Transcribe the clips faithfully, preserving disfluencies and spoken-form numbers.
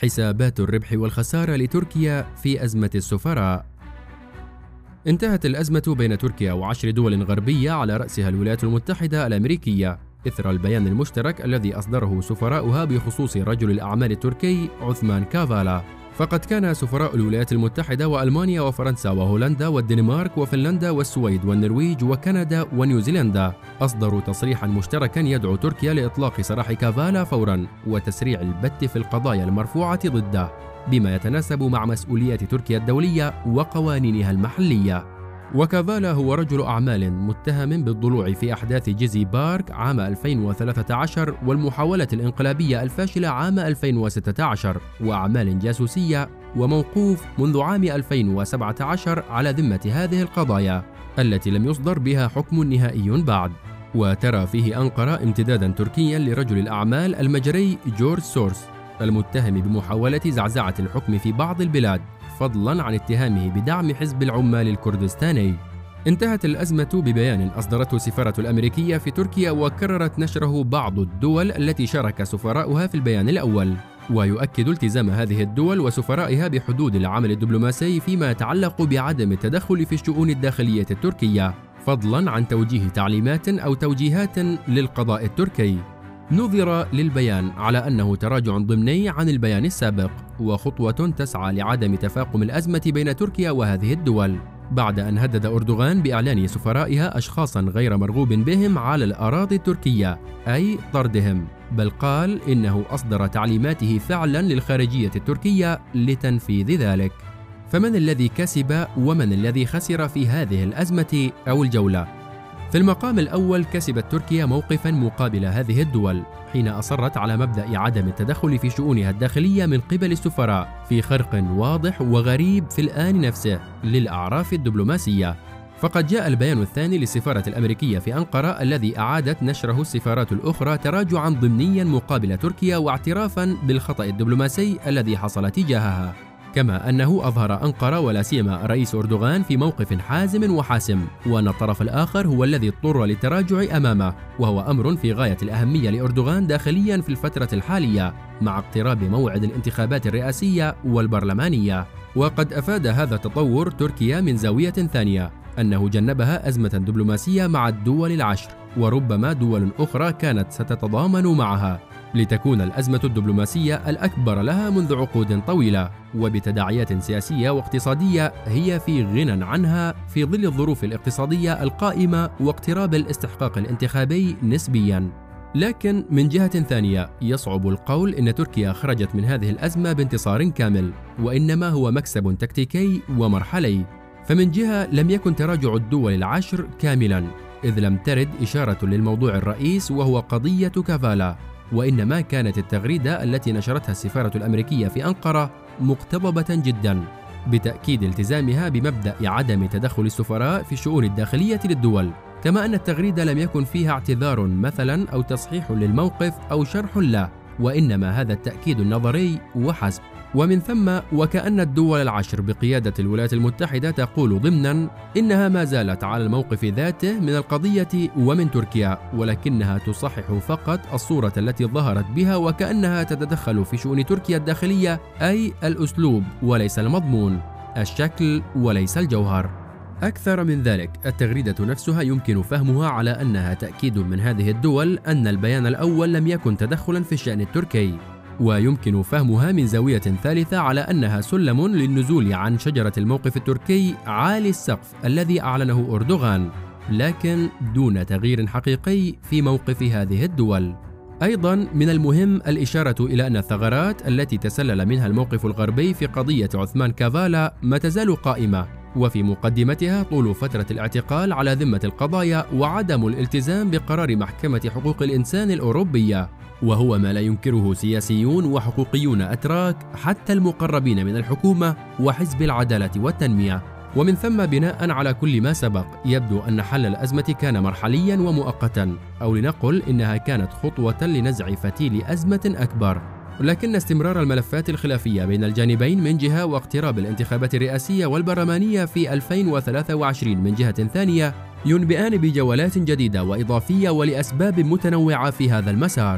حسابات الربح والخسارة لتركيا في أزمة السفراء. انتهت الأزمة بين تركيا وعشر دول غربية على رأسها الولايات المتحدة الأمريكية إثر البيان المشترك الذي أصدره سفراؤها بخصوص رجل الأعمال التركي عثمان كافالا. فقد كان سفراء الولايات المتحدة وألمانيا وفرنسا وهولندا والدنمارك وفنلندا والسويد والنرويج وكندا ونيوزيلندا أصدروا تصريحا مشتركا يدعو تركيا لإطلاق سراح كافالا فورا وتسريع البت في القضايا المرفوعة ضده بما يتناسب مع مسؤوليات تركيا الدولية وقوانينها المحلية. وكافالا هو رجل أعمال متهم بالضلوع في أحداث جيزي بارك عام ألفين وثلاثة عشر والمحاولة الانقلابية الفاشلة عام ألفين وستة عشر وأعمال جاسوسية، وموقوف منذ عام ألفين وسبعة عشر على ذمة هذه القضايا التي لم يصدر بها حكم نهائي بعد. وترى فيه أنقرة امتدادا تركيا لرجل الأعمال المجري جورج سورس المتهم بمحاولة زعزعة الحكم في بعض البلاد، فضلا عن اتهامه بدعم حزب العمال الكردستاني. انتهت الأزمة ببيان أصدرته السفارة الأمريكية في تركيا وكررت نشره بعض الدول التي شارك سفراؤها في البيان الأول، ويؤكد التزام هذه الدول وسفرائها بحدود العمل الدبلوماسي فيما يتعلق بعدم التدخل في الشؤون الداخلية التركية، فضلا عن توجيه تعليمات أو توجيهات للقضاء التركي. نظر للبيان على أنه تراجع ضمني عن البيان السابق وخطوة تسعى لعدم تفاقم الأزمة بين تركيا وهذه الدول، بعد أن هدد أردوغان بإعلان سفرائها أشخاصا غير مرغوب بهم على الأراضي التركية، أي طردهم، بل قال إنه أصدر تعليماته فعلا للخارجية التركية لتنفيذ ذلك. فمن الذي كسب ومن الذي خسر في هذه الأزمة أو الجولة؟ في المقام الأول كسبت تركيا موقفا مقابل هذه الدول حين أصرت على مبدأ عدم التدخل في شؤونها الداخلية من قبل السفراء في خرق واضح وغريب في الآن نفسه للأعراف الدبلوماسية. فقد جاء البيان الثاني للسفارة الأمريكية في أنقرة الذي أعادت نشره السفارات الأخرى تراجعا ضمنيا مقابل تركيا واعترافا بالخطأ الدبلوماسي الذي حصل تجاهها، كما أنه أظهر أنقرة ولا سيما الرئيس أردوغان في موقف حازم وحاسم، وأن الطرف الآخر هو الذي اضطر للتراجع أمامه، وهو أمر في غاية الأهمية لأردوغان داخليا في الفترة الحالية مع اقتراب موعد الانتخابات الرئاسية والبرلمانية. وقد أفاد هذا التطور تركيا من زاوية ثانية أنه جنبها أزمة دبلوماسية مع الدول العشر، وربما دول أخرى كانت ستتضامن معها لتكون الأزمة الدبلوماسية الأكبر لها منذ عقود طويلة، وبتداعيات سياسية واقتصادية هي في غنى عنها في ظل الظروف الاقتصادية القائمة واقتراب الاستحقاق الانتخابي نسبياً. لكن من جهة ثانية يصعب القول إن تركيا خرجت من هذه الأزمة بانتصار كامل، وإنما هو مكسب تكتيكي ومرحلي. فمن جهة لم يكن تراجع الدول العشر كاملاً، إذ لم ترد إشارة للموضوع الرئيس وهو قضية كافالا، وإنما كانت التغريدة التي نشرتها السفارة الأمريكية في أنقرة مقتضبة جدا بتأكيد التزامها بمبدأ عدم تدخل السفراء في الشؤون الداخلية للدول، كما أن التغريدة لم يكن فيها اعتذار مثلا أو تصحيح للموقف أو شرح له، وإنما هذا التأكيد النظري وحسب. ومن ثم وكأن الدول العشر بقيادة الولايات المتحدة تقول ضمنا إنها ما زالت على الموقف ذاته من القضية ومن تركيا، ولكنها تصحح فقط الصورة التي ظهرت بها وكأنها تتدخل في شؤون تركيا الداخلية، أي الأسلوب وليس المضمون، الشكل وليس الجوهر. أكثر من ذلك، التغريدة نفسها يمكن فهمها على أنها تأكيد من هذه الدول أن البيان الأول لم يكن تدخلا في الشأن التركي، ويمكن فهمها من زاوية ثالثة على أنها سلم للنزول عن شجرة الموقف التركي عالي السقف الذي أعلنه أردوغان، لكن دون تغيير حقيقي في موقف هذه الدول. أيضا من المهم الإشارة إلى أن الثغرات التي تسلل منها الموقف الغربي في قضية عثمان كافالا ما تزال قائمة، وفي مقدمتها طول فترة الاعتقال على ذمة القضايا وعدم الالتزام بقرار محكمة حقوق الإنسان الأوروبية، وهو ما لا ينكره سياسيون وحقوقيون أتراك حتى المقربين من الحكومة وحزب العدالة والتنمية. ومن ثم بناء على كل ما سبق يبدو أن حل الأزمة كان مرحليا ومؤقتا، أو لنقل إنها كانت خطوة لنزع فتيل أزمة أكبر، لكن استمرار الملفات الخلافية بين الجانبين من جهة واقتراب الانتخابات الرئاسية والبرلمانية في ألفين وثلاثة وعشرين من جهة ثانية ينبئان بجولات جديدة وإضافية ولأسباب متنوعة في هذا المسار.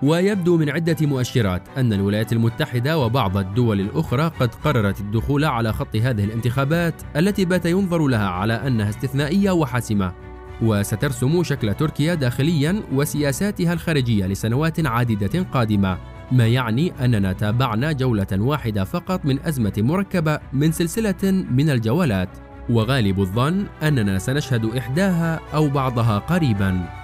ويبدو من عدة مؤشرات أن الولايات المتحدة وبعض الدول الأخرى قد قررت الدخول على خط هذه الانتخابات التي بات ينظر لها على أنها استثنائية وحاسمة، وسترسم شكل تركيا داخلياً وسياساتها الخارجية لسنوات عديدة قادمة، ما يعني أننا تابعنا جولة واحدة فقط من أزمة مركبة من سلسلة من الجولات، وغالب الظن أننا سنشهد إحداها أو بعضها قريباً.